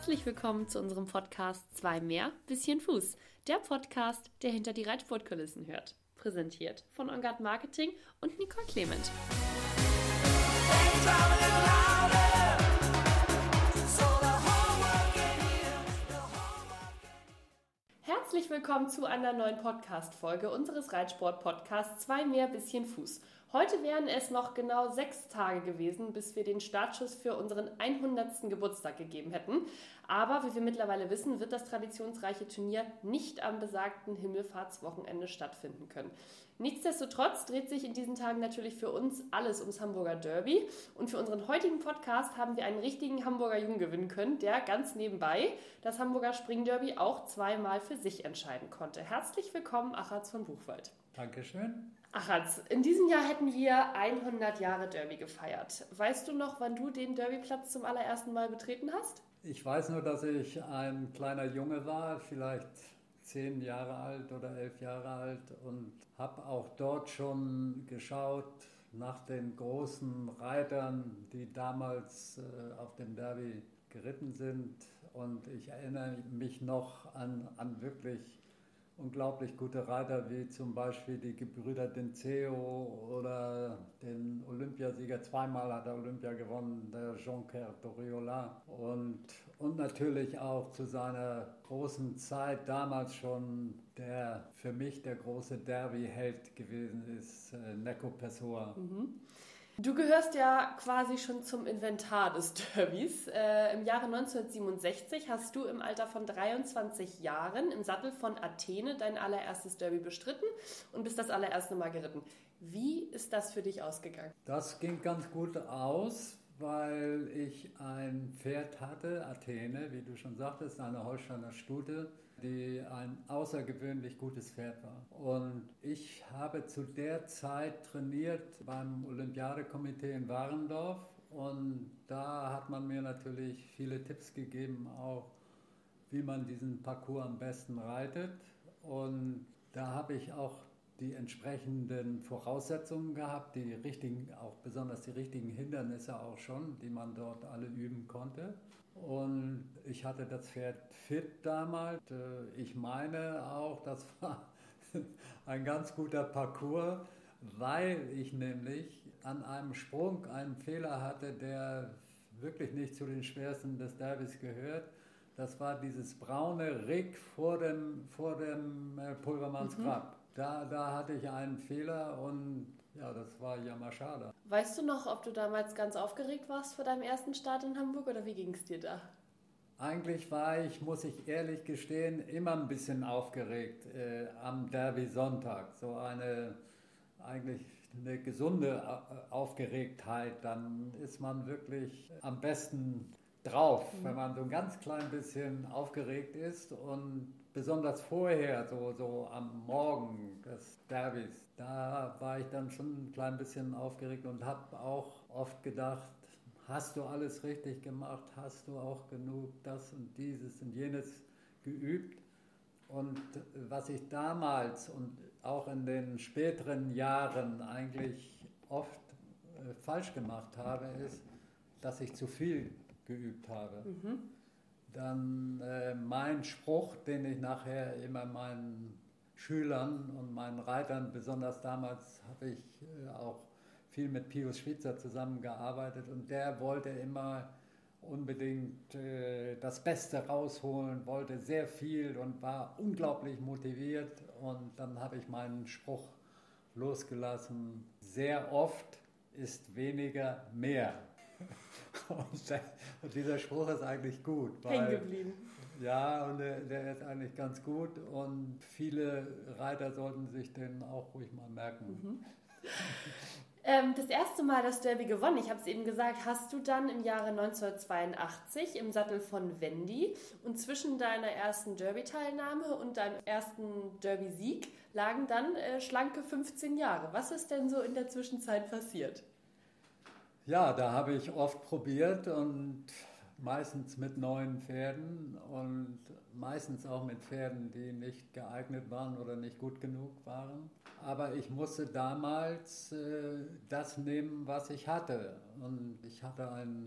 Herzlich willkommen zu unserem Podcast 2 mehr, bisschen Fuß. Der Podcast, der hinter die Reitsportkulissen hört. Präsentiert von OnGuard Marketing und Nicole Clement. Herzlich willkommen zu einer neuen Podcast-Folge unseres Reitsport-Podcasts 2 mehr, bisschen Fuß. Heute wären es noch genau 6 Tage gewesen, bis wir den Startschuss für unseren 100. Geburtstag gegeben hätten. Aber wie wir mittlerweile wissen, wird das traditionsreiche Turnier nicht am besagten Himmelfahrtswochenende stattfinden können. Nichtsdestotrotz dreht sich in diesen Tagen natürlich für uns alles ums Hamburger Derby. Und für unseren heutigen Podcast haben wir einen richtigen Hamburger Jungen gewinnen können, der ganz nebenbei das Hamburger Springderby auch zweimal für sich entscheiden konnte. Herzlich willkommen, Achatz von Buchwald. Dankeschön. Achatz, in diesem Jahr hätten wir 100 Jahre Derby gefeiert. Weißt du noch, wann du den Derbyplatz zum allerersten Mal betreten hast? Ich weiß nur, dass ich ein kleiner Junge war, vielleicht 10 Jahre alt oder 11 Jahre alt, und habe auch dort schon geschaut nach den großen Reitern, die damals auf dem Derby geritten sind. Und ich erinnere mich noch an wirklich unglaublich gute Reiter, wie zum Beispiel die Gebrüder Dinceo oder den Olympiasieger, zweimal hat er Olympia gewonnen, der Jonker d'Oriola. Und natürlich auch zu seiner großen Zeit damals schon der für mich der große Derby-Held gewesen ist, Neco Pessoa. Du gehörst ja quasi schon zum Inventar des Derbys. Im Jahre 1967 hast du im Alter von 23 Jahren im Sattel von Athene dein allererstes Derby bestritten und bist das allererste Mal geritten. Wie ist das für dich ausgegangen? Das ging ganz gut aus, weil ich ein Pferd hatte, Athene, wie du schon sagtest, eine Holsteiner Stute, die ein außergewöhnlich gutes Pferd war. Und ich habe zu der Zeit trainiert beim Olympiadekomitee in Warendorf, und da hat man mir natürlich viele Tipps gegeben, auch wie man diesen Parcours am besten reitet. Und da habe ich auch die entsprechenden Voraussetzungen gehabt, die richtigen, auch besonders die richtigen Hindernisse auch schon, die man dort alle üben konnte. Und ich hatte das Pferd fit damals. Ich meine auch, das war ein ganz guter Parcours, weil ich nämlich an einem Sprung einen Fehler hatte, der wirklich nicht zu den schwersten des Derbys gehört. Das war dieses braune Rick vor dem Pulvermanns Grab. Da hatte ich einen Fehler, und ja, das war jammerschade. Weißt du noch, ob du damals ganz aufgeregt warst vor deinem ersten Start in Hamburg oder wie ging es dir da? Eigentlich war ich, muss ich ehrlich gestehen, immer ein bisschen aufgeregt am Derby-Sonntag. Eigentlich eine gesunde Aufgeregtheit, dann ist man wirklich am besten drauf, wenn man so ein ganz klein bisschen aufgeregt ist. Und besonders vorher, so am Morgen des Derbys, da war ich dann schon ein klein bisschen aufgeregt und habe auch oft gedacht, hast du alles richtig gemacht, hast du auch genug das und dieses und jenes geübt. Und was ich damals und auch in den späteren Jahren eigentlich oft falsch gemacht habe, ist, dass ich zu viel geübt habe. Dann mein Spruch, den ich nachher immer meinen Schülern und meinen Reitern, besonders damals habe ich auch viel mit Pius Schwitzer zusammengearbeitet, und der wollte immer unbedingt das Beste rausholen, wollte sehr viel und war unglaublich motiviert. Und dann habe ich meinen Spruch losgelassen: Sehr oft ist weniger mehr. Und dieser Spruch ist eigentlich gut. Hängen geblieben. Ja, und der ist eigentlich ganz gut, und viele Reiter sollten sich den auch ruhig mal merken. Das erste Mal das Derby gewonnen, ich habe es eben gesagt, hast du dann im Jahre 1982 im Sattel von Wendy, und zwischen deiner ersten Derby-Teilnahme und deinem ersten Derby-Sieg lagen dann schlanke 15 Jahre. Was ist denn so in der Zwischenzeit passiert? Ja, da habe ich oft probiert, und meistens mit neuen Pferden und meistens auch mit Pferden, die nicht geeignet waren oder nicht gut genug waren. Aber ich musste damals das nehmen, was ich hatte. Und ich hatte einen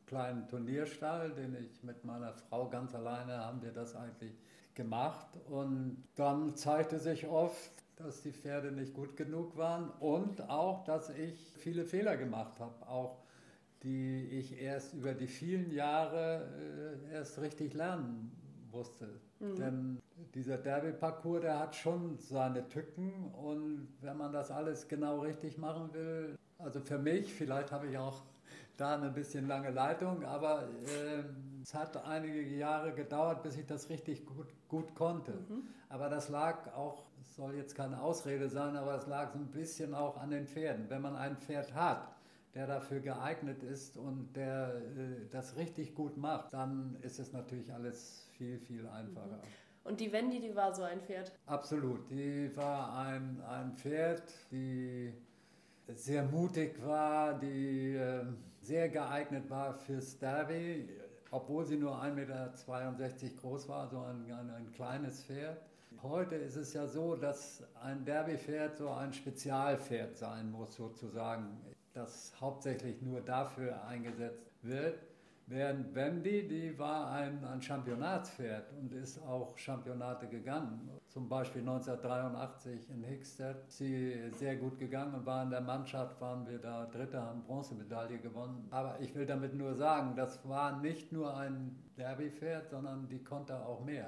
kleinen Turnierstall, den ich mit meiner Frau ganz alleine haben wir das eigentlich gemacht. Und dann zeigte sich oft, dass die Pferde nicht gut genug waren und auch, dass ich viele Fehler gemacht habe, auch die ich erst über die vielen Jahre erst richtig lernen musste. Denn dieser Derby-Parcours, der hat schon seine Tücken und wenn man das alles genau richtig machen will, also für mich, vielleicht habe ich auch da eine bisschen lange Leitung, aber es hat einige Jahre gedauert, bis ich das richtig gut konnte. Aber das lag auch, es soll jetzt keine Ausrede sein, aber es lag so ein bisschen auch an den Pferden. Wenn man ein Pferd hat, der dafür geeignet ist und der das richtig gut macht, dann ist es natürlich alles viel, viel einfacher. Und die Wendy, die war so ein Pferd? Absolut, die war ein Pferd, die sehr mutig war, die sehr geeignet war fürs Derby, obwohl sie nur 1,62 Meter groß war, so ein kleines Pferd. Heute ist es ja so, dass ein Derbypferd so ein Spezialpferd sein muss, sozusagen, das hauptsächlich nur dafür eingesetzt wird. Während Wendy, die war ein Championatspferd und ist auch Championate gegangen. Zum Beispiel 1983 in Hickstead ist sie sehr gut gegangen und war in der Mannschaft, waren wir da Dritter, haben Bronzemedaille gewonnen. Aber ich will damit nur sagen, das war nicht nur ein Derbypferd, sondern die konnte auch mehr.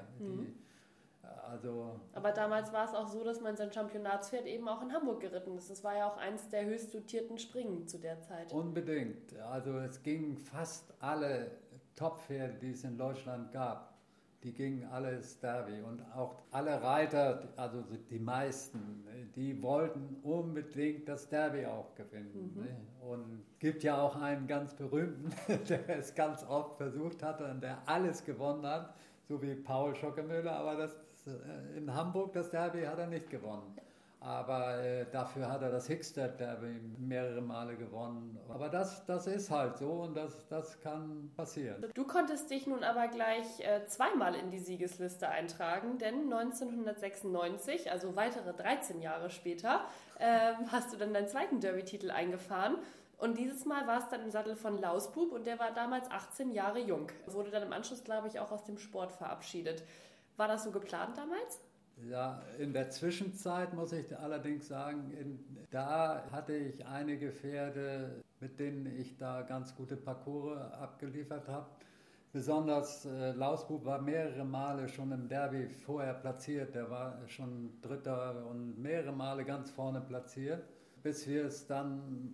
Aber damals war es auch so, dass man sein Championatspferd eben auch in Hamburg geritten ist. Das war ja auch eins der höchst dotierten Springen zu der Zeit. Unbedingt. Also es gingen fast alle Top-Pferde, die es in Deutschland gab, die gingen alles Derby. Und auch alle Reiter, also die meisten, die wollten unbedingt das Derby auch gewinnen. Ne? Und es gibt ja auch einen ganz berühmten, der es ganz oft versucht hatte und der alles gewonnen hat, so wie Paul Schockemöller, aber in Hamburg das Derby hat er nicht gewonnen. Aber dafür hat er das Hickstead Derby mehrere Male gewonnen. Aber das ist halt so und das kann passieren. Du konntest dich nun aber gleich zweimal in die Siegesliste eintragen, denn 1996, also weitere 13 Jahre später, hast du dann deinen zweiten Derby-Titel eingefahren. Und dieses Mal war es dann im Sattel von Lausbub und der war damals 18 Jahre jung. Wurde dann im Anschluss, glaube ich, auch aus dem Sport verabschiedet. War das so geplant damals? Ja, in der Zwischenzeit muss ich allerdings sagen, da hatte ich einige Pferde, mit denen ich da ganz gute Parcours abgeliefert habe. Besonders Lausbub war mehrere Male schon im Derby vorher platziert. Der war schon Dritter und mehrere Male ganz vorne platziert, bis wir es dann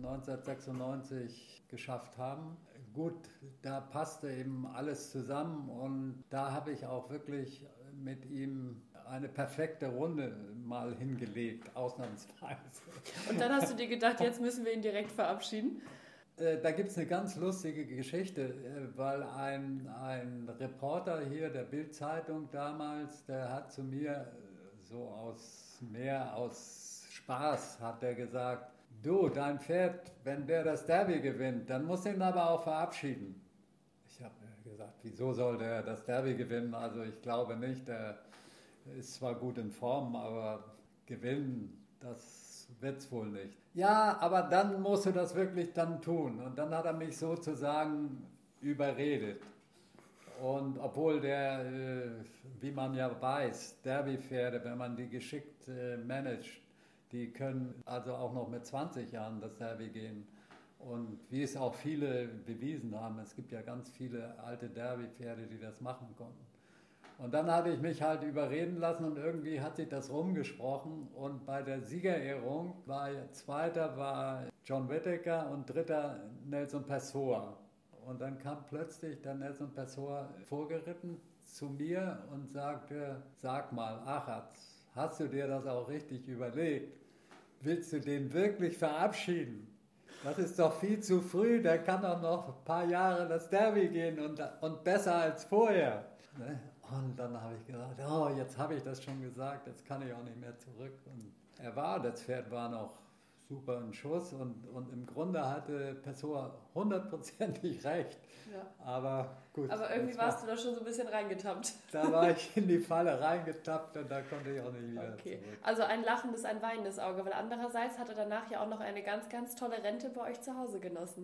1996 geschafft haben. Gut, da passte eben alles zusammen und da habe ich auch wirklich mit ihm eine perfekte Runde mal hingelegt, ausnahmsweise. Und dann hast du dir gedacht, jetzt müssen wir ihn direkt verabschieden? Da gibt es eine ganz lustige Geschichte, weil ein Reporter hier der Bild-Zeitung damals, der hat zu mir so aus Spaß, hat er gesagt, du, dein Pferd, wenn der das Derby gewinnt, dann musst du ihn aber auch verabschieden. Ich habe gesagt, wieso soll der das Derby gewinnen? Also ich glaube nicht, der ist zwar gut in Form, aber gewinnen, das wird es wohl nicht. Ja, aber dann musst du das wirklich dann tun. Und dann hat er mich sozusagen überredet. Und obwohl der, wie man ja weiß, Derby-Pferde, wenn man die geschickt managt, die können also auch noch mit 20 Jahren das Derby gehen. Und wie es auch viele bewiesen haben, es gibt ja ganz viele alte Derby-Pferde, die das machen konnten. Und dann hatte ich mich halt überreden lassen und irgendwie hat sich das rumgesprochen. Und bei der Siegerehrung Zweiter war John Whittaker und Dritter Nelson Pessoa. Und dann kam plötzlich der Nelson Pessoa vorgeritten zu mir und sagte, sag mal, Achatz, hast du dir das auch richtig überlegt? Willst du den wirklich verabschieden? Das ist doch viel zu früh, der kann doch noch ein paar Jahre das Derby gehen und besser als vorher. Und dann habe ich gesagt, oh, jetzt habe ich das schon gesagt, jetzt kann ich auch nicht mehr zurück. Und das Pferd war noch super in Schuss und im Grunde hatte Pessoa 100%ig recht. Ja. Aber gut. Aber irgendwie warst du da schon so ein bisschen reingetappt. Da war ich in die Falle reingetappt und da konnte ich auch nicht wieder zurück. Also ein lachendes, ein weinendes Auge, weil andererseits hat er danach ja auch noch eine ganz, ganz tolle Rente bei euch zu Hause genossen.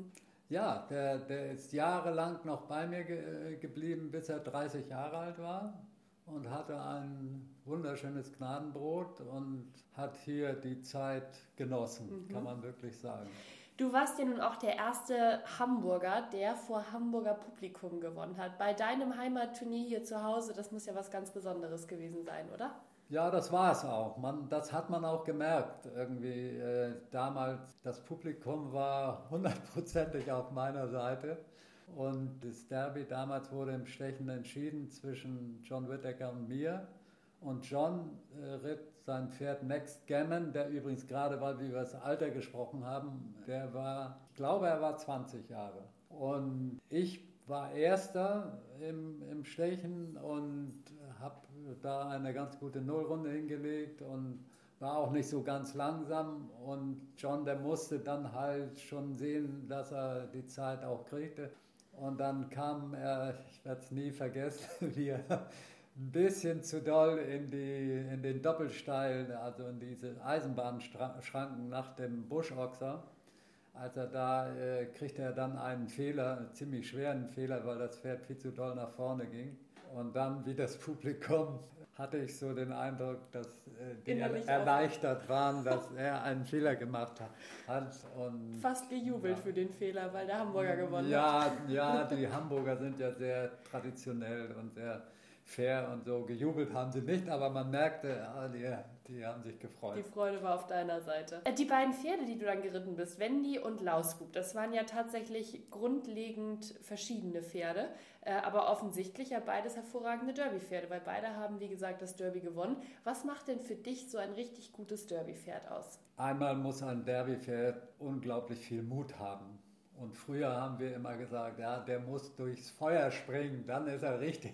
Ja, der ist jahrelang noch bei mir geblieben, bis er 30 Jahre alt war und hatte ein wunderschönes Gnadenbrot und hat hier die Zeit genossen, kann man wirklich sagen. Du warst ja nun auch der erste Hamburger, der vor Hamburger Publikum gewonnen hat. Bei deinem Heimatturnier hier zu Hause, das muss ja was ganz Besonderes gewesen sein, oder? Ja, das war es auch. Das hat man auch gemerkt. Irgendwie damals, das Publikum war hundertprozentig auf meiner Seite. Und das Derby damals wurde im Stechen entschieden zwischen John Whittaker und mir. Und John ritt sein Pferd Next Gammon, der übrigens gerade, weil wir über das Alter gesprochen haben, ich glaube, er war 20 Jahre. Und ich war Erster im Stechen und habe da eine ganz gute Nullrunde hingelegt und war auch nicht so ganz langsam. Und John, der musste dann halt schon sehen, dass er die Zeit auch kriegte. Und dann kam er, ich werde es nie vergessen, wie er ein bisschen zu doll in den Doppelsteil, also in diese Eisenbahnschranken nach dem Buschochser. Als er da kriegte er dann einen Fehler, einen ziemlich schweren Fehler, weil das Pferd viel zu doll nach vorne ging. Und dann, wie das Publikum, hatte ich so den Eindruck, dass die erleichtert waren, dass er einen Fehler gemacht hat. Und fast gejubelt für den Fehler, weil der Hamburger gewonnen hat. Ja, die Hamburger sind ja sehr traditionell und sehr fair und so. Gejubelt haben sie nicht, aber man merkte, die haben sich gefreut. Die Freude war auf deiner Seite. Die beiden Pferde, die du dann geritten bist, Wendy und Lausbub, das waren ja tatsächlich grundlegend verschiedene Pferde, aber offensichtlich ja beides hervorragende Derby-Pferde, weil beide haben, wie gesagt, das Derby gewonnen. Was macht denn für dich so ein richtig gutes Derby-Pferd aus? Einmal muss ein Derby-Pferd unglaublich viel Mut haben. Und früher haben wir immer gesagt, ja, der muss durchs Feuer springen, dann ist er richtig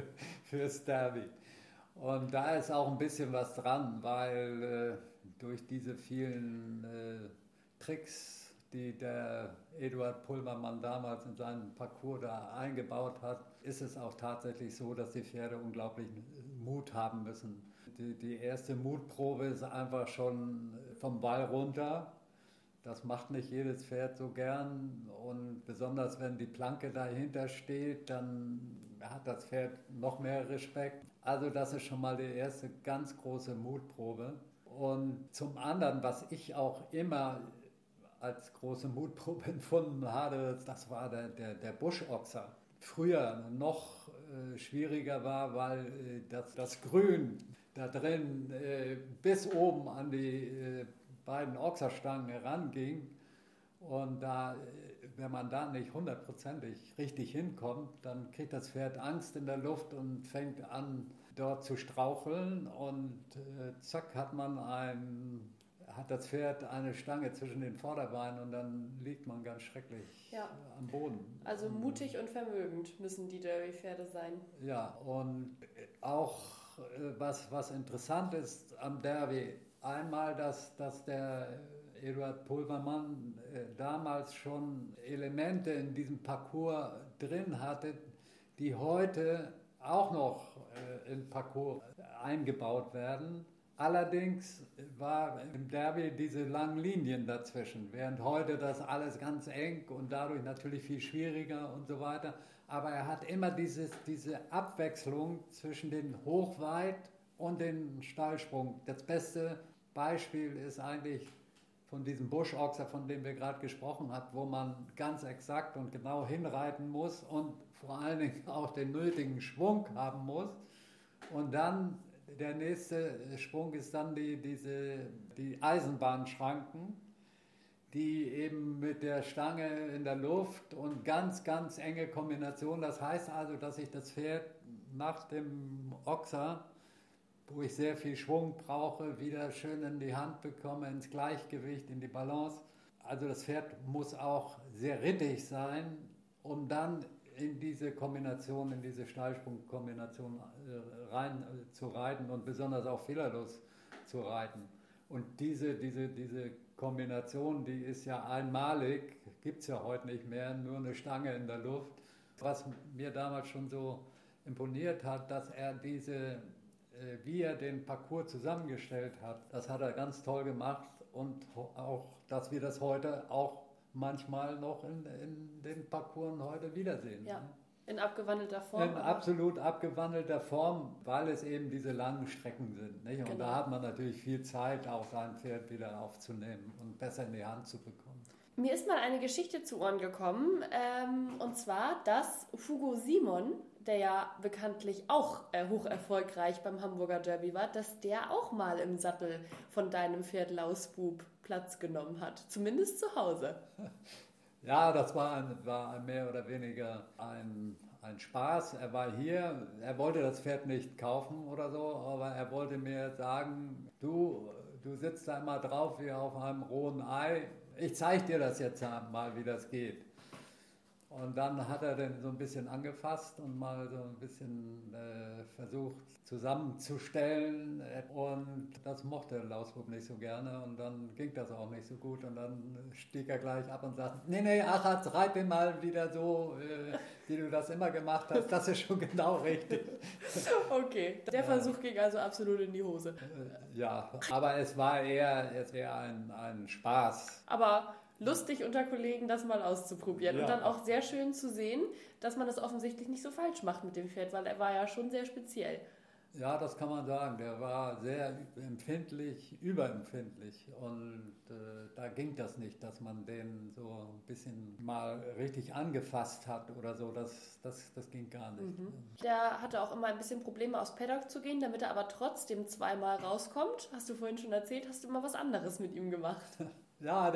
fürs Derby. Und da ist auch ein bisschen was dran, weil durch diese vielen Tricks, die der Eduard Pulvermann damals in seinen Parcours da eingebaut hat, ist es auch tatsächlich so, dass die Pferde unglaublich Mut haben müssen. Die erste Mutprobe ist einfach schon vom Ball runter. Das macht nicht jedes Pferd so gern und besonders wenn die Planke dahinter steht, dann hat das Pferd noch mehr Respekt. Also das ist schon mal die erste ganz große Mutprobe. Und zum anderen, was ich auch immer als große Mutprobe empfunden habe, das war der Buschochser. Früher noch schwieriger war, weil das Grün da drin bis oben an die beiden Ochserstangen heranging und da, wenn man da nicht hundertprozentig richtig hinkommt, dann kriegt das Pferd Angst in der Luft und fängt an dort zu straucheln und zack hat das Pferd eine Stange zwischen den Vorderbeinen und dann liegt man ganz schrecklich am Boden. Also mutig und vermögend müssen die Derby-Pferde sein. Ja, und auch was interessant ist am Derby, einmal, dass der Eduard Pulvermann damals schon Elemente in diesem Parcours drin hatte, die heute auch noch in Parcours eingebaut werden. Allerdings war im Derby diese langen Linien dazwischen, während heute das alles ganz eng und dadurch natürlich viel schwieriger und so weiter. Aber er hat immer diese Abwechslung zwischen den Hochweit und den Steilsprung. Das beste Beispiel ist eigentlich von diesem Buschochser, von dem wir gerade gesprochen haben, wo man ganz exakt und genau hinreiten muss und vor allen Dingen auch den nötigen Schwung haben muss. Und dann der nächste Sprung ist dann die Eisenbahnschranken, die eben mit der Stange in der Luft und ganz, ganz enge Kombination. Das heißt also, dass ich das Pferd nach dem Ochser, wo ich sehr viel Schwung brauche, wieder schön in die Hand bekomme, ins Gleichgewicht, in die Balance. Also das Pferd muss auch sehr rittig sein, um dann in diese Kombination, in diese Steilsprungkombination rein zu reiten und besonders auch fehlerlos zu reiten. Und diese Kombination, die ist ja einmalig, gibt es ja heute nicht mehr, nur eine Stange in der Luft. Was mir damals schon so imponiert hat, dass er wie er den Parcours zusammengestellt hat, das hat er ganz toll gemacht und auch, dass wir das heute auch manchmal noch in den Parcours heute wiedersehen. Ja. Ne? In abgewandelter Form. In absolut abgewandelter Form, weil es eben diese langen Strecken sind. Nicht? Und Genau. da hat man natürlich viel Zeit, auch sein Pferd wieder aufzunehmen und besser in die Hand zu bekommen. Mir ist mal eine Geschichte zu Ohren gekommen, und zwar, dass Hugo Simon, der ja bekanntlich auch hoch erfolgreich beim Hamburger Derby war, dass der auch mal im Sattel von deinem Pferd Lausbub Platz genommen hat, zumindest zu Hause. Ja, das war mehr oder weniger ein Spaß. Er war hier, er wollte das Pferd nicht kaufen oder so, aber er wollte mir sagen, du sitzt da immer drauf wie auf einem rohen Ei. Ich zeige dir das jetzt mal, wie das geht. Und dann hat er den so ein bisschen angefasst und mal so ein bisschen versucht zusammenzustellen. Und das mochte Lausbub nicht so gerne und dann ging das auch nicht so gut. Und dann stieg er gleich ab und sagte, nee, Achatz, reib ihn mal wieder so, wie du das immer gemacht hast. Das ist schon genau richtig. Okay, der Versuch ging also absolut in die Hose. Ja, aber es war eher ein Spaß. Aber lustig unter Kollegen, das mal auszuprobieren. Ja. Und dann auch sehr schön zu sehen, dass man es offensichtlich nicht so falsch macht mit dem Pferd, weil er war ja schon sehr speziell. Ja, das kann man sagen. Der war sehr überempfindlich. Und da ging das nicht, dass man den so ein bisschen mal richtig angefasst hat oder so. Das ging gar nicht. Mhm. Der hatte auch immer ein bisschen Probleme, aufs Paddock zu gehen, damit er aber trotzdem zweimal rauskommt. Hast du vorhin schon erzählt, hast du immer was anderes mit ihm gemacht. Ja,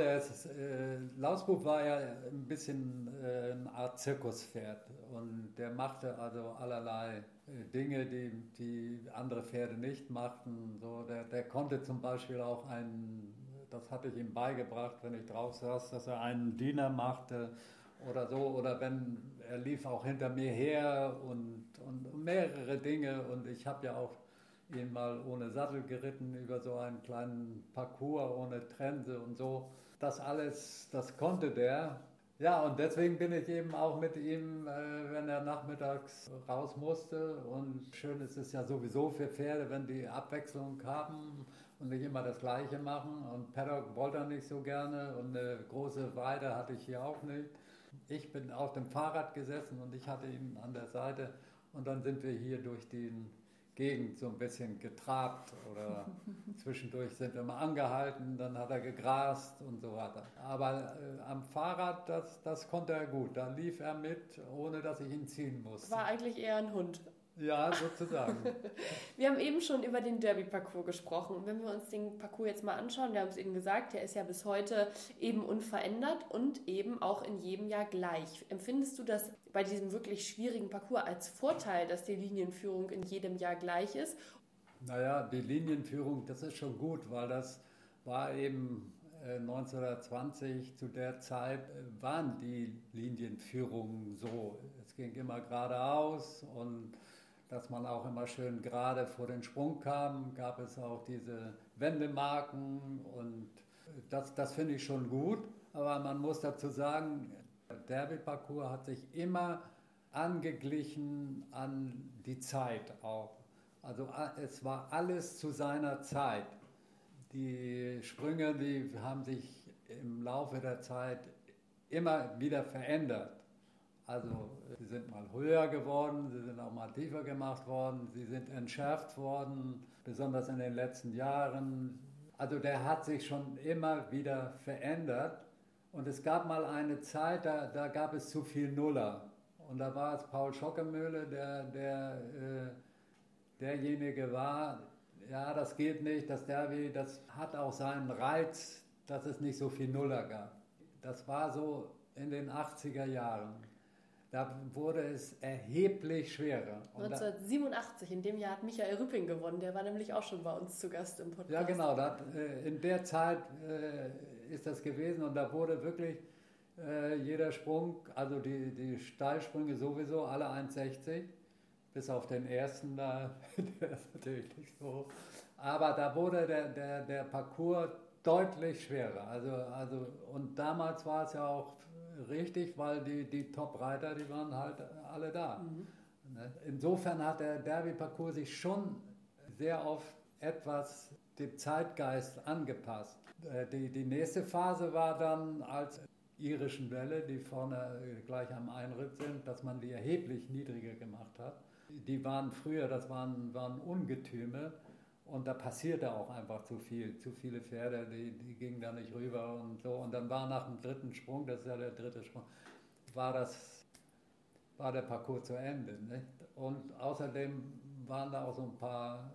Lausbub war ja ein bisschen eine Art Zirkuspferd und der machte also allerlei Dinge, die andere Pferde nicht machten. So, der konnte zum Beispiel auch das hatte ich ihm beigebracht, wenn ich drauf saß, dass er einen Diener machte oder so, oder er lief auch hinter mir her und mehrere Dinge und ich habe ja auch ihn mal ohne Sattel geritten über so einen kleinen Parcours, ohne Trense und so. Das alles, das konnte der. Ja, und deswegen bin ich eben auch mit ihm, wenn er nachmittags raus musste. Und schön ist es ja sowieso für Pferde, wenn die Abwechslung haben und nicht immer das Gleiche machen. Und Paddock wollte er nicht so gerne und eine große Weide hatte ich hier auch nicht. Ich bin auf dem Fahrrad gesessen und ich hatte ihn an der Seite und dann sind wir hier durch den Gegend so ein bisschen getrabt oder zwischendurch sind wir mal angehalten, dann hat er gegrast und so weiter. Aber am Fahrrad, das konnte er gut. Da lief er mit, ohne dass ich ihn ziehen musste. War eigentlich eher ein Hund. Ja, sozusagen. Wir haben eben schon über den Derby-Parcours gesprochen. Und wenn wir uns den Parcours jetzt mal anschauen, wir haben es eben gesagt, der ist ja bis heute eben unverändert und eben auch in jedem Jahr gleich. Empfindest du das bei diesem wirklich schwierigen Parcours als Vorteil, dass die Linienführung in jedem Jahr gleich ist? Naja, die Linienführung, das ist schon gut, weil das war eben 1920, zu der Zeit waren die Linienführungen so. Es ging immer geradeaus und dass man auch immer schön gerade vor den Sprung kam, gab es auch diese Wendemarken und das finde ich schon gut. Aber man muss dazu sagen, der Derby-Parcours hat sich immer angeglichen an die Zeit auch. Also es war alles zu seiner Zeit. Die Sprünge, die haben sich im Laufe der Zeit immer wieder verändert. Also sie sind mal höher geworden, sie sind auch mal tiefer gemacht worden, sie sind entschärft worden, besonders in den letzten Jahren. Also der hat sich schon immer wieder verändert. Und es gab mal eine Zeit, da gab es zu viel Nuller. Und da war es Paul Schockemöhle, derjenige war, ja, das geht nicht, das Derby, das hat auch seinen Reiz, dass es nicht so viel Nuller gab. Das war so in den 80er Jahren. Da wurde es erheblich schwerer. 1987, in dem Jahr hat Michael Rüpping gewonnen, der war nämlich auch schon bei uns zu Gast im Podcast. Ja, genau, in der Zeit ist das gewesen und da wurde wirklich jeder Sprung, also die Steilsprünge sowieso, alle 1,60, bis auf den ersten, der ist natürlich nicht so. Aber da wurde der Parcours deutlich schwerer. Also, und damals war es ja auch richtig, weil die Top-Reiter, die waren halt alle da. Mhm. Insofern hat der Derby-Parcours sich schon sehr auf etwas dem Zeitgeist angepasst. Die nächste Phase war dann, als irischen Wälle, die vorne gleich am Einritt sind, dass man die erheblich niedriger gemacht hat. Die waren früher, das waren Ungetüme und da passierte auch einfach zu viel. Zu viele Pferde, die gingen da nicht rüber und so. Und dann war nach dem dritten Sprung, das ist ja der dritte Sprung, war der Parcours zu Ende. Nicht? Und außerdem waren da auch so ein paar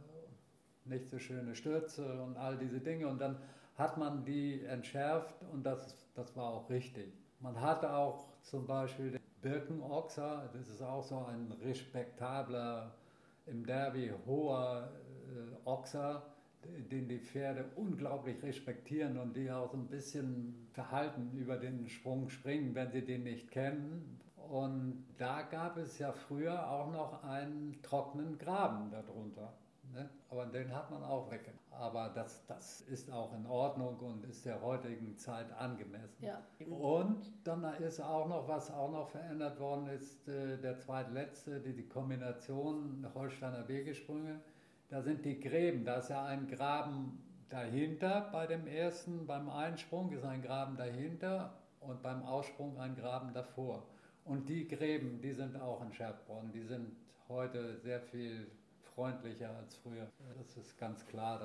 nicht so schöne Stürze und all diese Dinge. Und dann hat man die entschärft und das war auch richtig. Man hatte auch zum Beispiel den Birkenochser, das ist auch so ein respektabler, im Derby hoher Ochser, den die Pferde unglaublich respektieren und die auch so ein bisschen verhalten über den Sprung springen, wenn sie den nicht kennen. Und da gab es ja früher auch noch einen trockenen Graben darunter. Ne? Aber den hat man auch weggemacht. Aber das ist auch in Ordnung und ist der heutigen Zeit angemessen. Ja. Und dann ist auch noch, was auch noch verändert worden ist, der zweitletzte, die Kombination Holsteiner Wegesprünge. Da sind die Gräben, da ist ja ein Graben dahinter bei dem ersten, beim Einsprung ist ein Graben dahinter und beim Aussprung ein Graben davor. Und die Gräben, die sind auch entschärft worden, die sind heute sehr viel freundlicher als früher. Das ist ganz klar,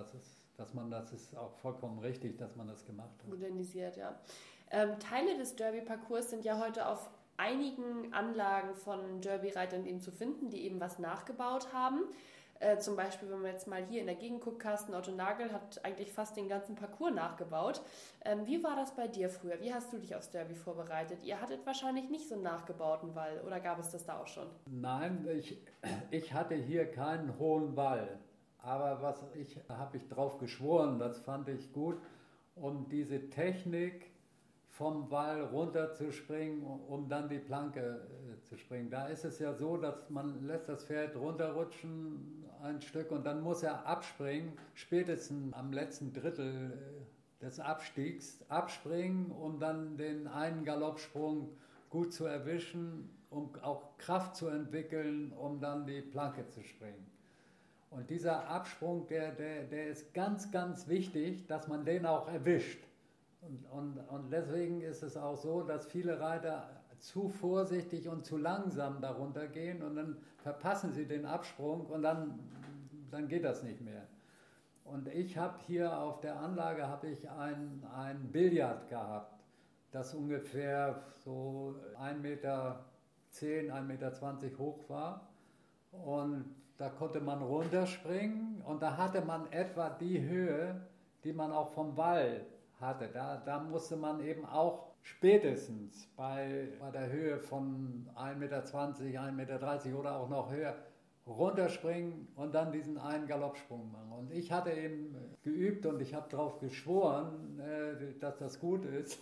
das ist auch vollkommen richtig, dass man das gemacht hat. Modernisiert, ja. Teile des Derby-Parcours sind ja heute auf einigen Anlagen von Derby-Reitern eben zu finden, die eben was nachgebaut haben. Zum Beispiel, wenn man jetzt mal hier in der Gegend guckt, Carsten Otto Nagel hat eigentlich fast den ganzen Parcours nachgebaut. Wie war das bei dir früher? Wie hast du dich aufs Derby vorbereitet? Ihr hattet wahrscheinlich nicht so einen nachgebauten Wall, oder gab es das da auch schon? Nein, ich hatte hier keinen hohen Wall. Aber habe ich drauf geschworen, das fand ich gut. Und diese Technik vom Wall runterzuspringen, um dann die Planke zu springen. Da ist es ja so, dass man lässt das Pferd runterrutschen ein Stück und dann muss er abspringen, spätestens am letzten Drittel des Abstiegs abspringen, um dann den einen Galoppsprung gut zu erwischen, um auch Kraft zu entwickeln, um dann die Planke zu springen. Und dieser Absprung, der ist ganz, ganz wichtig, dass man den auch erwischt. Und deswegen ist es auch so, dass viele Reiter zu vorsichtig und zu langsam darunter gehen und dann verpassen sie den Absprung und dann geht das nicht mehr. Und ich habe hier auf der Anlage ein Billard gehabt, das ungefähr so 1,10 Meter, 1,20 Meter hoch war. Und da konnte man runterspringen und da hatte man etwa die Höhe, die man auch vom Wall hatte. Da musste man eben auch spätestens bei der Höhe von 1,20 Meter, 1,30 Meter oder auch noch höher runterspringen und dann diesen einen Galoppsprung machen. Und ich hatte eben geübt und ich habe darauf geschworen, dass das gut ist.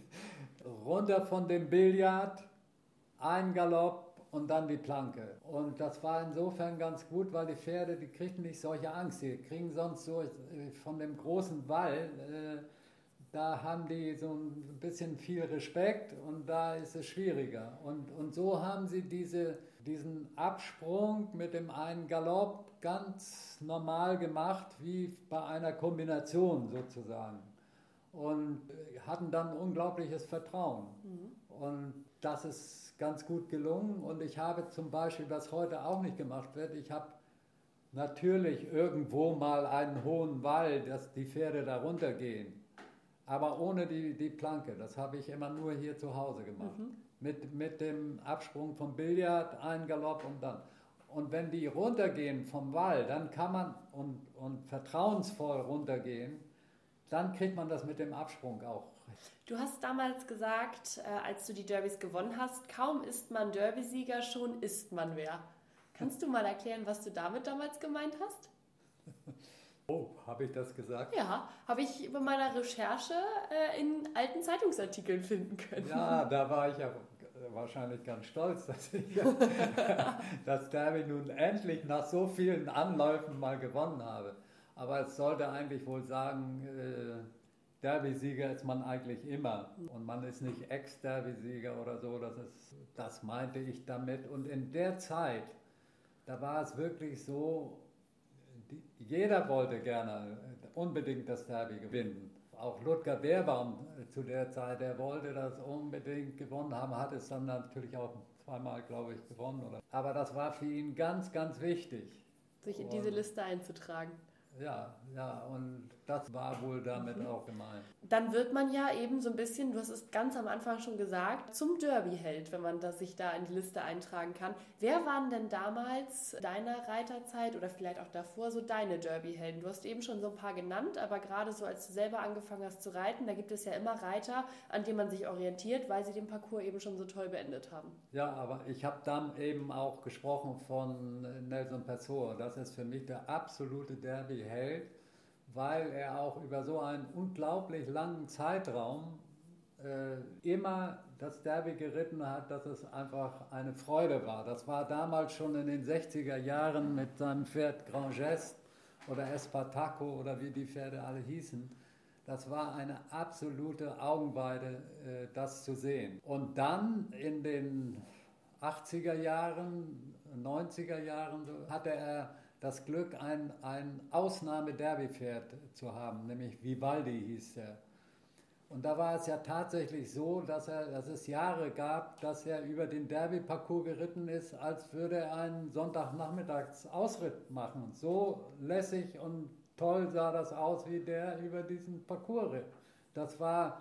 Runter von dem Billard, ein Galopp und dann die Planke. Und das war insofern ganz gut, weil die Pferde, die kriegten nicht solche Angst. Die kriegen sonst so von dem großen Wall, da haben die so ein bisschen viel Respekt und da ist es schwieriger. Und so haben sie diesen Absprung mit dem einen Galopp ganz normal gemacht, wie bei einer Kombination sozusagen. Und hatten dann unglaubliches Vertrauen. Mhm. Und das ist ganz gut gelungen. Und ich habe zum Beispiel, was heute auch nicht gemacht wird, ich habe natürlich irgendwo mal einen hohen Wall, dass die Pferde da runtergehen. Aber ohne die Planke. Das habe ich immer nur hier zu Hause gemacht. Mhm. Mit dem Absprung vom Billard, ein Galopp und dann. Und wenn die runtergehen vom Wall, dann kann man und vertrauensvoll runtergehen, dann kriegt man das mit dem Absprung auch. Du hast damals gesagt, als du die Derbys gewonnen hast, kaum ist man Derbysieger, schon ist man wer. Kannst du mal erklären, was du damit damals gemeint hast? Oh, habe ich das gesagt? Ja, habe ich bei meiner Recherche in alten Zeitungsartikeln finden können. Ja, da war ich ja wahrscheinlich ganz stolz, dass ich das Derby nun endlich nach so vielen Anläufen mal gewonnen habe. Aber es sollte eigentlich wohl sagen, Derby-Sieger ist man eigentlich immer. Und man ist nicht Ex-Derby-Sieger oder so, das meinte ich damit. Und in der Zeit, da war es wirklich so, jeder wollte gerne unbedingt das Derby gewinnen. Auch Ludger Beerbaum zu der Zeit, der wollte das unbedingt gewonnen haben, hat es dann natürlich auch zweimal, glaube ich, gewonnen. Aber das war für ihn ganz, ganz wichtig. Sich in diese Liste einzutragen. Ja, und das war wohl damit auch gemeint. Dann wird man ja eben so ein bisschen, du hast es ganz am Anfang schon gesagt, zum Derby-Held, wenn man sich da in die Liste eintragen kann. Wer waren denn damals deiner Reiterzeit oder vielleicht auch davor so deine Derby-Helden? Du hast eben schon so ein paar genannt, aber gerade so, als du selber angefangen hast zu reiten, da gibt es ja immer Reiter, an denen man sich orientiert, weil sie den Parcours eben schon so toll beendet haben. Ja, aber ich habe dann eben auch gesprochen von Nelson Pessoa. Das ist für mich der absolute Derby-Held, weil er auch über so einen unglaublich langen Zeitraum immer das Derby geritten hat, dass es einfach eine Freude war. Das war damals schon in den 60er Jahren mit seinem Pferd Grand Geste oder Espartaco oder wie die Pferde alle hießen. Das war eine absolute Augenweide, das zu sehen. Und dann in den 80er Jahren, 90er Jahren hatte er das Glück, ein Ausnahme-Derby-Pferd zu haben, nämlich Vivaldi hieß er. Und da war es ja tatsächlich so, dass es Jahre gab, dass er über den Derby-Parcours geritten ist, als würde er einen Sonntagnachmittags-Ausritt machen. So lässig und toll sah das aus, wie der über diesen Parcours ritt. Das war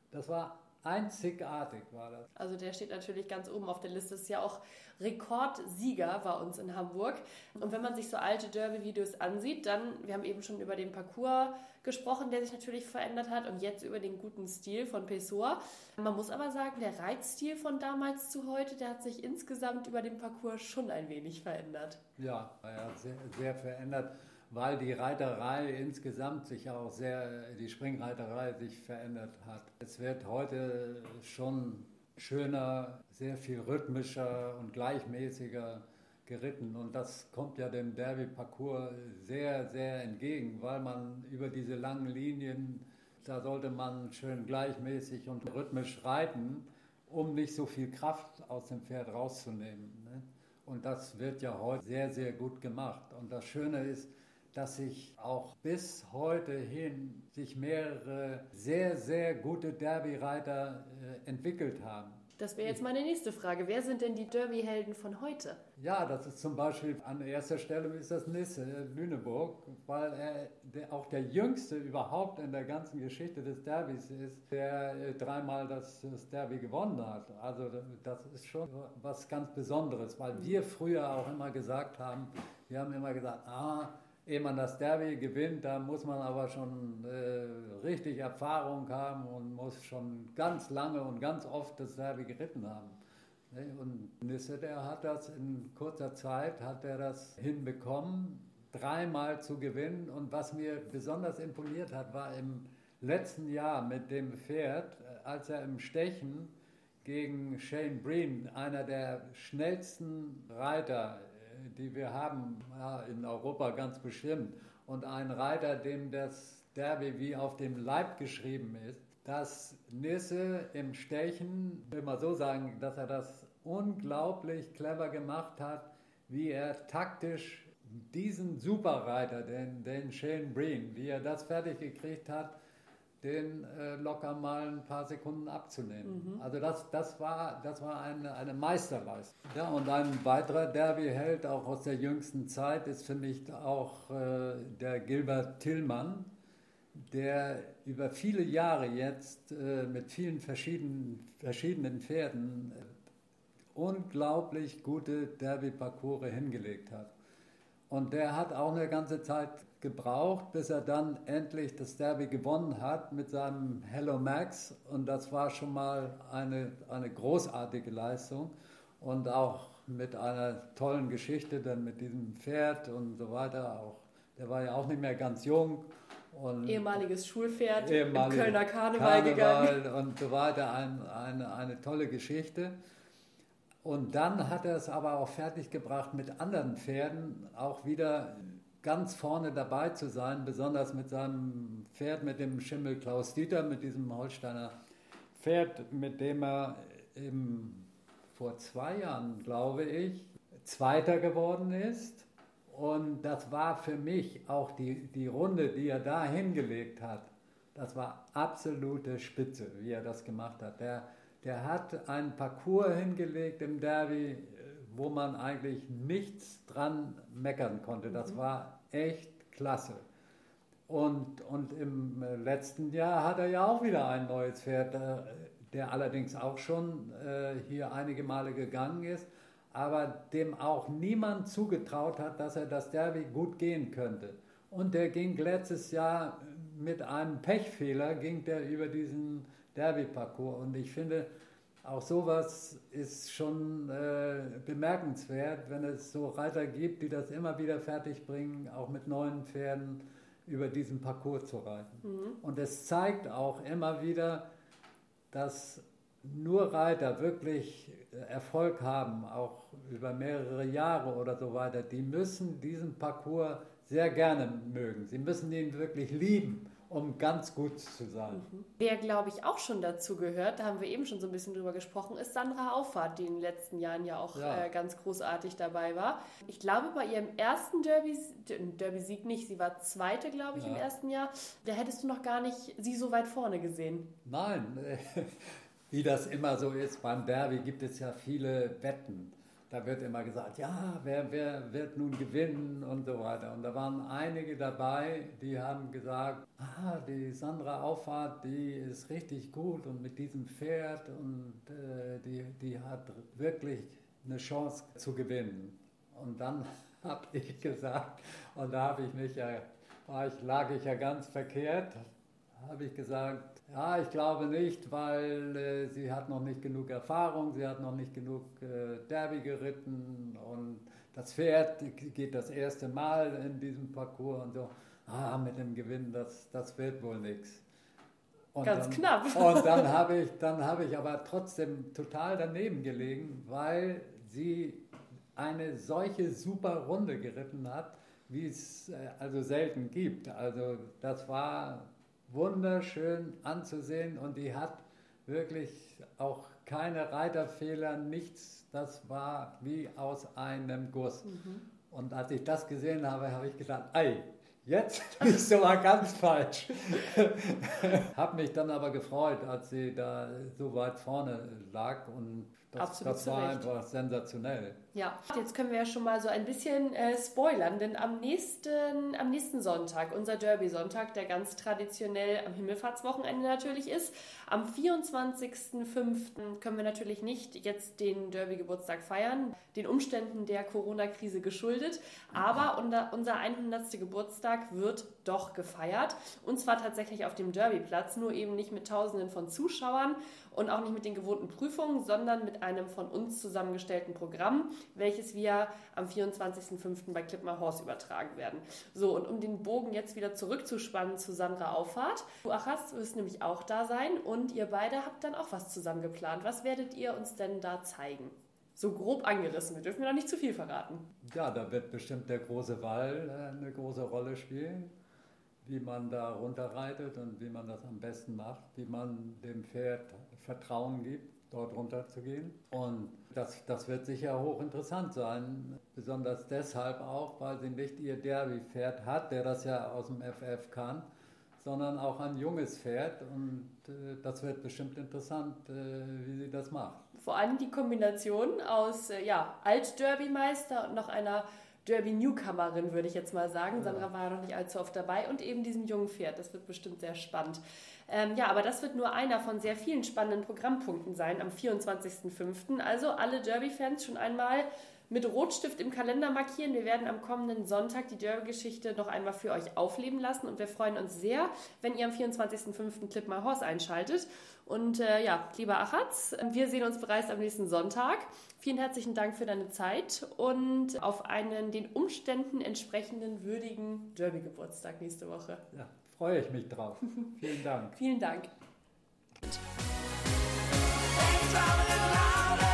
einzigartig, war das. Also der steht natürlich ganz oben auf der Liste. Ist ja auch Rekordsieger bei uns in Hamburg. Und wenn man sich so alte Derby-Videos ansieht, dann, wir haben eben schon über den Parcours gesprochen, der sich natürlich verändert hat und jetzt über den guten Stil von Pessoa. Man muss aber sagen, der Reitstil von damals zu heute, der hat sich insgesamt über den Parcours schon ein wenig verändert. Ja, sehr, sehr verändert, weil die Reiterei insgesamt sich auch die Springreiterei sich verändert hat. Es wird heute schon schöner, sehr viel rhythmischer und gleichmäßiger geritten und das kommt ja dem Derby-Parcours sehr, sehr entgegen, weil man über diese langen Linien, da sollte man schön gleichmäßig und rhythmisch reiten, um nicht so viel Kraft aus dem Pferd rauszunehmen. Ne? Und das wird ja heute sehr, sehr gut gemacht. Und das Schöne ist, dass sich auch bis heute hin sich mehrere sehr, sehr gute Derby-Reiter entwickelt haben. Das wäre jetzt meine nächste Frage. Wer sind denn die Derby-Helden von heute? Ja, das ist zum Beispiel an erster Stelle ist das Nisse Lüneburg, weil er auch der Jüngste überhaupt in der ganzen Geschichte des Derbys ist, der dreimal das Derby gewonnen hat. Also das ist schon was ganz Besonderes, weil wir früher auch immer gesagt haben, ehe man das Derby gewinnt, da muss man aber schon richtig Erfahrung haben und muss schon ganz lange und ganz oft das Derby geritten haben. Und Nisse, der hat das in kurzer Zeit, hat er das hinbekommen, dreimal zu gewinnen. Und was mir besonders imponiert hat, war im letzten Jahr mit dem Pferd, als er im Stechen gegen Shane Breen, einer der schnellsten Reiter, die wir haben, ja, in Europa ganz bestimmt, und ein Reiter, dem das Derby wie auf dem Leib geschrieben ist, dass Nisse im Stechen, ich will mal so sagen, dass er das unglaublich clever gemacht hat, wie er taktisch diesen Superreiter, den Shane Breen, wie er das fertig gekriegt hat, den locker mal ein paar Sekunden abzunehmen. Also das war eine Meisterleistung. Ja, und ein weiterer Derby-Held, auch aus der jüngsten Zeit, ist für mich auch der Gilbert Tillmann, der über viele Jahre jetzt mit vielen verschiedenen Pferden unglaublich gute Derby-Parcours hingelegt hat. Und der hat auch eine ganze Zeit gebraucht, bis er dann endlich das Derby gewonnen hat mit seinem Hello Max. Und das war schon mal eine großartige Leistung. Und auch mit einer tollen Geschichte dann mit diesem Pferd und so weiter. Auch, der war ja auch nicht mehr ganz jung. Und ehemaliges Schulpferd, im Kölner Karneval gegangen. Und so weiter. Eine tolle Geschichte. Und dann hat er es aber auch fertiggebracht, mit anderen Pferden auch wieder ganz vorne dabei zu sein, besonders mit seinem Pferd, mit dem Schimmel Klaus Dieter, mit diesem Holsteiner Pferd, mit dem er vor 2 Jahren, glaube ich, Zweiter geworden ist. Und das war für mich auch die Runde, die er da hingelegt hat, das war absolute Spitze, wie er das gemacht hat. Der hat einen Parcours hingelegt im Derby, wo man eigentlich nichts dran meckern konnte. Das war echt klasse. Und im letzten Jahr hat er ja auch wieder ein neues Pferd, der allerdings auch schon hier einige Male gegangen ist, aber dem auch niemand zugetraut hat, dass er das Derby gut gehen könnte. Und der ging letztes Jahr mit einem Pechfehler, ging der über diesen Derby-Parcours. Und ich finde, auch sowas ist schon bemerkenswert, wenn es so Reiter gibt, die das immer wieder fertigbringen, auch mit neuen Pferden über diesen Parcours zu reiten. Und es zeigt auch immer wieder, dass nur Reiter wirklich Erfolg haben, auch über mehrere Jahre oder so weiter, die müssen diesen Parcours sehr gerne mögen. Sie müssen ihn wirklich lieben, um ganz gut zu sein. Wer, glaube ich, auch schon dazu gehört, da haben wir eben schon so ein bisschen drüber gesprochen, ist Sandra Auffahrt, die in den letzten Jahren ja auch ganz großartig dabei war. Ich glaube, bei ihrem ersten Derby-Sieg nicht, sie war Zweite, glaube ich, im ersten Jahr, da hättest du noch gar nicht sie so weit vorne gesehen. Nein, wie das immer so ist, beim Derby gibt es ja viele Wetten. Da wird immer gesagt, ja, wer wird nun gewinnen und so weiter. Und da waren einige dabei, die haben gesagt, die Sandra Auffahrt, die ist richtig gut und mit diesem Pferd und die hat wirklich eine Chance zu gewinnen. Und dann habe ich gesagt, und da lag ich ja ganz verkehrt, habe ich gesagt, ja, ich glaube nicht, weil sie hat noch nicht genug Erfahrung, sie hat noch nicht genug Derby geritten und das Pferd geht das erste Mal in diesem Parcours und so. Mit dem Gewinn, das wird wohl nichts. Ganz knapp. Und dann habe ich aber trotzdem total daneben gelegen, weil sie eine solche super Runde geritten hat, wie es also selten gibt. Also das war wunderschön anzusehen und die hat wirklich auch keine Reiterfehler, nichts, das war wie aus einem Guss. Und als ich das gesehen habe, habe ich gedacht, jetzt bist du mal ganz falsch. Habe mich dann aber gefreut, als sie da so weit vorne lag und das war einfach sensationell. Ja, jetzt können wir ja schon mal so ein bisschen spoilern, denn am nächsten Sonntag, unser Derby-Sonntag, der ganz traditionell am Himmelfahrtswochenende natürlich ist, am 24.05. können wir natürlich nicht jetzt den Derby-Geburtstag feiern, den Umständen der Corona-Krise geschuldet, aber unser 100. Geburtstag wird doch gefeiert und zwar tatsächlich auf dem Derbyplatz, nur eben nicht mit Tausenden von Zuschauern und auch nicht mit den gewohnten Prüfungen, sondern mit einem von uns zusammengestellten Programm, welches wir am 24.05. bei Clipmar Horse übertragen werden. So, und um den Bogen jetzt wieder zurückzuspannen zu Sandra Auffahrt. Du, Achaz, wirst nämlich auch da sein und ihr beide habt dann auch was zusammen geplant. Was werdet ihr uns denn da zeigen? So grob angerissen, wir dürfen ja noch nicht zu viel verraten. Ja, da wird bestimmt der große Wall eine große Rolle spielen, wie man da runterreitet und wie man das am besten macht, wie man dem Pferd Vertrauen gibt, dort runter zu gehen. Und das wird sicher hochinteressant sein, besonders deshalb auch, weil sie nicht ihr Derby-Pferd hat, der das ja aus dem FF kann, sondern auch ein junges Pferd und das wird bestimmt interessant, wie sie das macht. Vor allem die Kombination aus Alt-Derby-Meister und noch einer Derby-Newcomerin, würde ich jetzt mal sagen. Ja. Sandra war ja noch nicht allzu oft dabei und eben diesem jungen Pferd. Das wird bestimmt sehr spannend. Aber das wird nur einer von sehr vielen spannenden Programmpunkten sein am 24.05. Also alle Derby-Fans schon einmal mit Rotstift im Kalender markieren. Wir werden am kommenden Sonntag die Derby-Geschichte noch einmal für euch aufleben lassen und wir freuen uns sehr, wenn ihr am 24.05. Clipmar Horse einschaltet. Und lieber Achaz, wir sehen uns bereits am nächsten Sonntag. Vielen herzlichen Dank für deine Zeit und auf einen den Umständen entsprechenden würdigen Derby-Geburtstag nächste Woche. Ja, freue ich mich drauf. Vielen Dank. Vielen Dank.